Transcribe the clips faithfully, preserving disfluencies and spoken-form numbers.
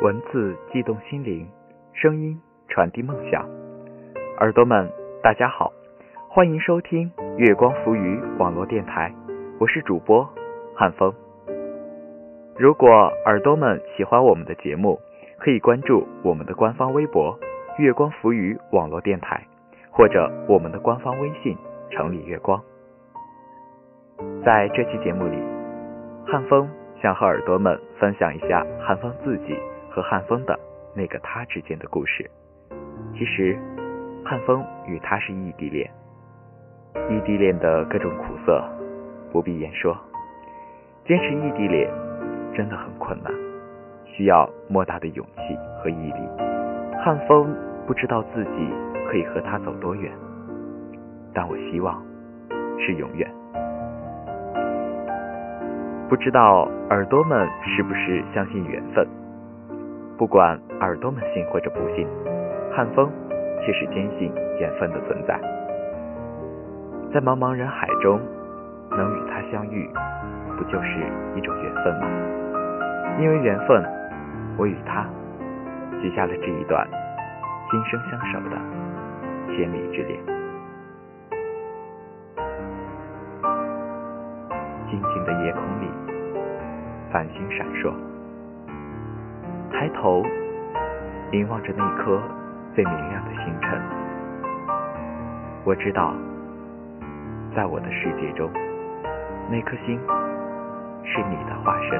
文字悸动心灵，声音传递梦想。耳朵们，大家好，欢迎收听月光浮语网络电台，我是主播汉风。如果耳朵们喜欢我们的节目，可以关注我们的官方微博月光浮语网络电台，或者我们的官方微信城里月光。在这期节目里，汉风想和耳朵们分享一下汉风自己和汉风的那个他之间的故事。其实汉风与他是异地恋，异地恋的各种苦涩不必言说，坚持异地恋真的很困难，需要莫大的勇气和毅力。汉风不知道自己可以和他走多远，但我希望是永远。不知道耳朵们是不是相信缘分？不管耳朵们信或者不信，汉风却是坚信缘分的存在。在茫茫人海中能与他相遇，不就是一种缘分吗？因为缘分，我与他许下了这一段今生相守的千里之恋。静静的夜空里，繁星闪烁，抬头凝望着那颗最明亮的星辰，我知道在我的世界中，那颗星是你的化身。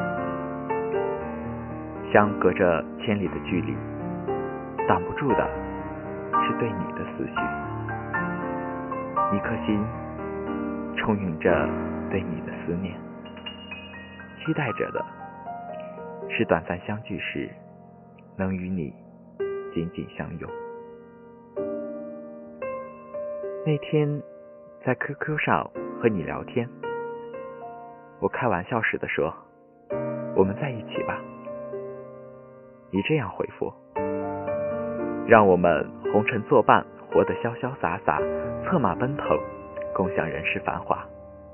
相隔着千里的距离，挡不住的是对你的思绪。一颗心充盈着对你的思念，期待着的是短暂相聚时能与你紧紧相拥。那天在 Q Q 上和你聊天，我开玩笑似的说，我们在一起吧。你这样回复，让我们红尘作伴，活得潇潇洒洒，策马奔腾，共享人世繁华。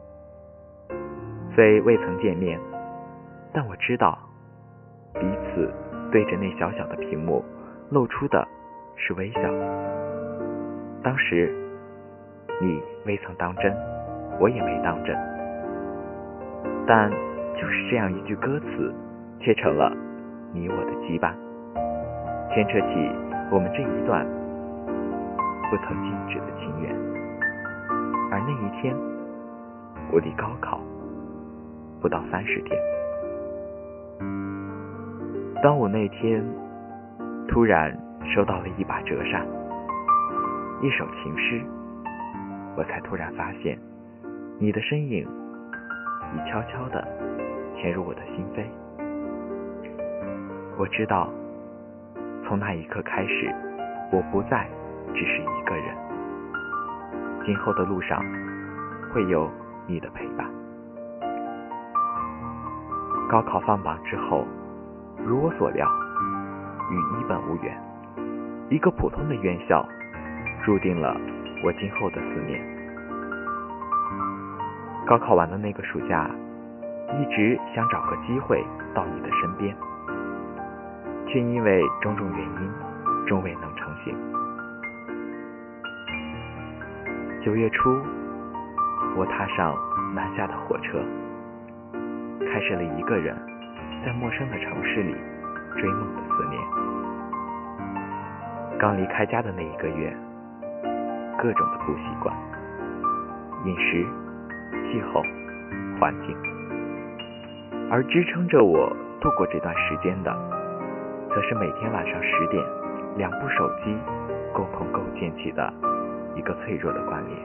虽未曾见面，但我知道彼此对着那小小的屏幕露出的是微笑。当时你未曾当真，我也没当真，但就是这样一句歌词，却成了你我的羁绊，牵扯起我们这一段不曾静止的情缘。而那一天，我离高考不到三十天。端午那天，突然收到了一把折扇，一首情诗，我才突然发现，你的身影已悄悄地潜入我的心扉。我知道，从那一刻开始，我不再只是一个人，今后的路上会有你的陪伴。高考放榜之后，如我所料，与一本无缘，一个普通的院校注定了我今后的思念。高考完的那个暑假，一直想找个机会到你的身边，却因为种种原因终未能成行。九月初，我踏上南下的火车，开始了一个人在陌生的城市里追梦的思念。刚离开家的那一个月，各种的不习惯，饮食、气候、环境，而支撑着我度过这段时间的，则是每天晚上十点，两部手机共同构建起的一个脆弱的关联。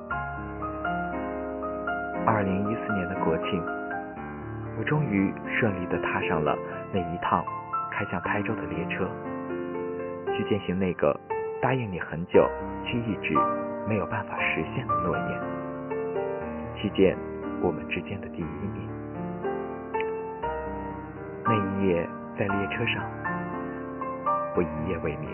二零一四年的国庆，我终于顺利地踏上了那一趟开向台州的列车，去践行那个答应你很久却一直没有办法实现的诺言，去见我们之间的第一面。那一夜在列车上，我一夜未眠。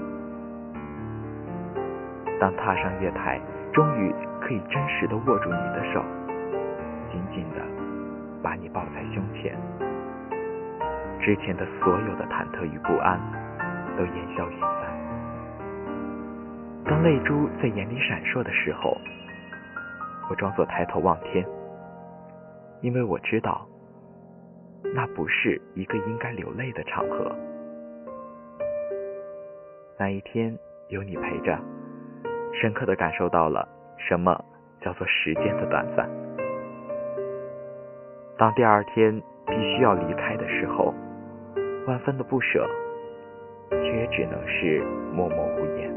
当踏上月台，终于可以真实地握住你的手，紧紧地把你抱在胸前，只之前的所有的忐忑与不安都烟消云散。当泪珠在眼里闪烁的时候，我装作抬头望天，因为我知道那不是一个应该流泪的场合。那一天有你陪着，深刻地感受到了什么叫做时间的短暂。当第二天必须要离开的时候，万分的不舍，却也只能是默默无言。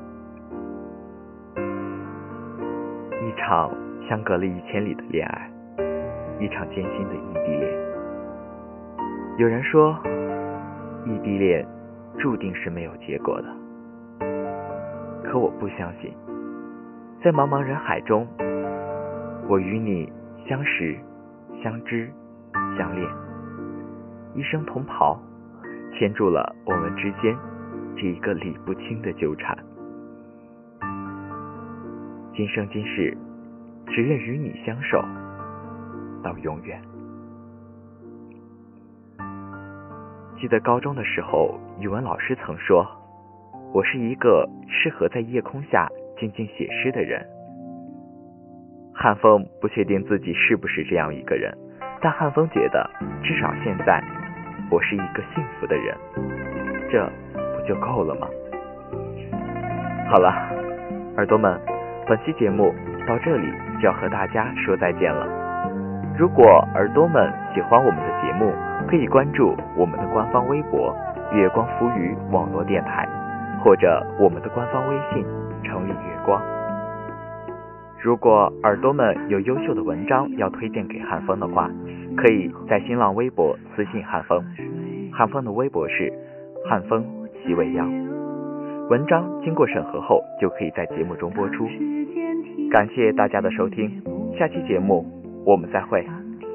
一场相隔了一千里的恋爱，一场艰辛的异地恋。有人说，异地恋注定是没有结果的，可我不相信。在茫茫人海中，我与你相识、相知、相恋，一生同袍，牵住了我们之间这一个理不清的纠缠。今生今世，只愿与你相守到永远。记得高中的时候，语文老师曾说，我是一个适合在夜空下静静写诗的人。汉风不确定自己是不是这样一个人，但汉风觉得至少现在我是一个幸福的人，这不就够了吗？好了，耳朵们，本期节目到这里就要和大家说再见了。如果耳朵们喜欢我们的节目，可以关注我们的官方微博月光浮语网络电台，或者我们的官方微信城里月光。如果耳朵们有优秀的文章要推荐给汉风的话，可以在新浪微博私信汉风，汉风的微博是汉风习未央。文章经过审核后就可以在节目中播出。感谢大家的收听，下期节目我们再会。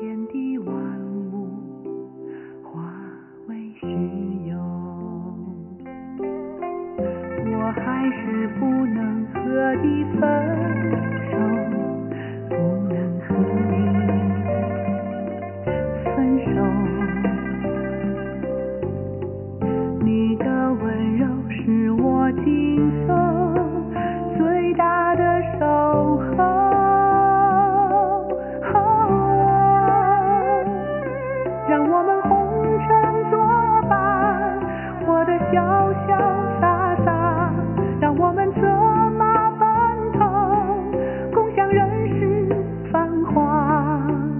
我还是不能和你分手，不能和你分手。你的温柔是我今生最大的守候。让我们红尘作伴，活得潇潇洒洒，让我们策马奔腾，共享人世繁华。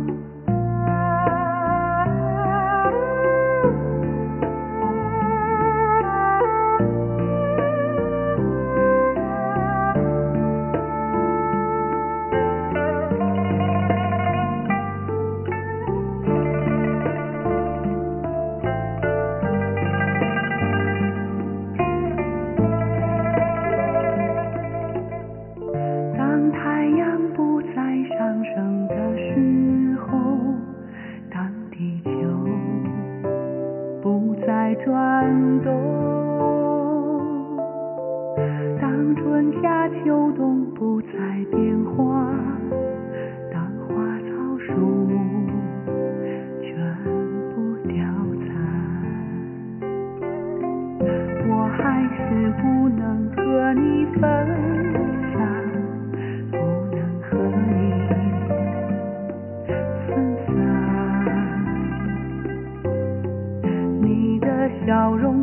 当太阳不再上升的时候，当地球不再转动，当春夏秋冬不再变化，当花草树木全部凋残，我还是不能和你分笑容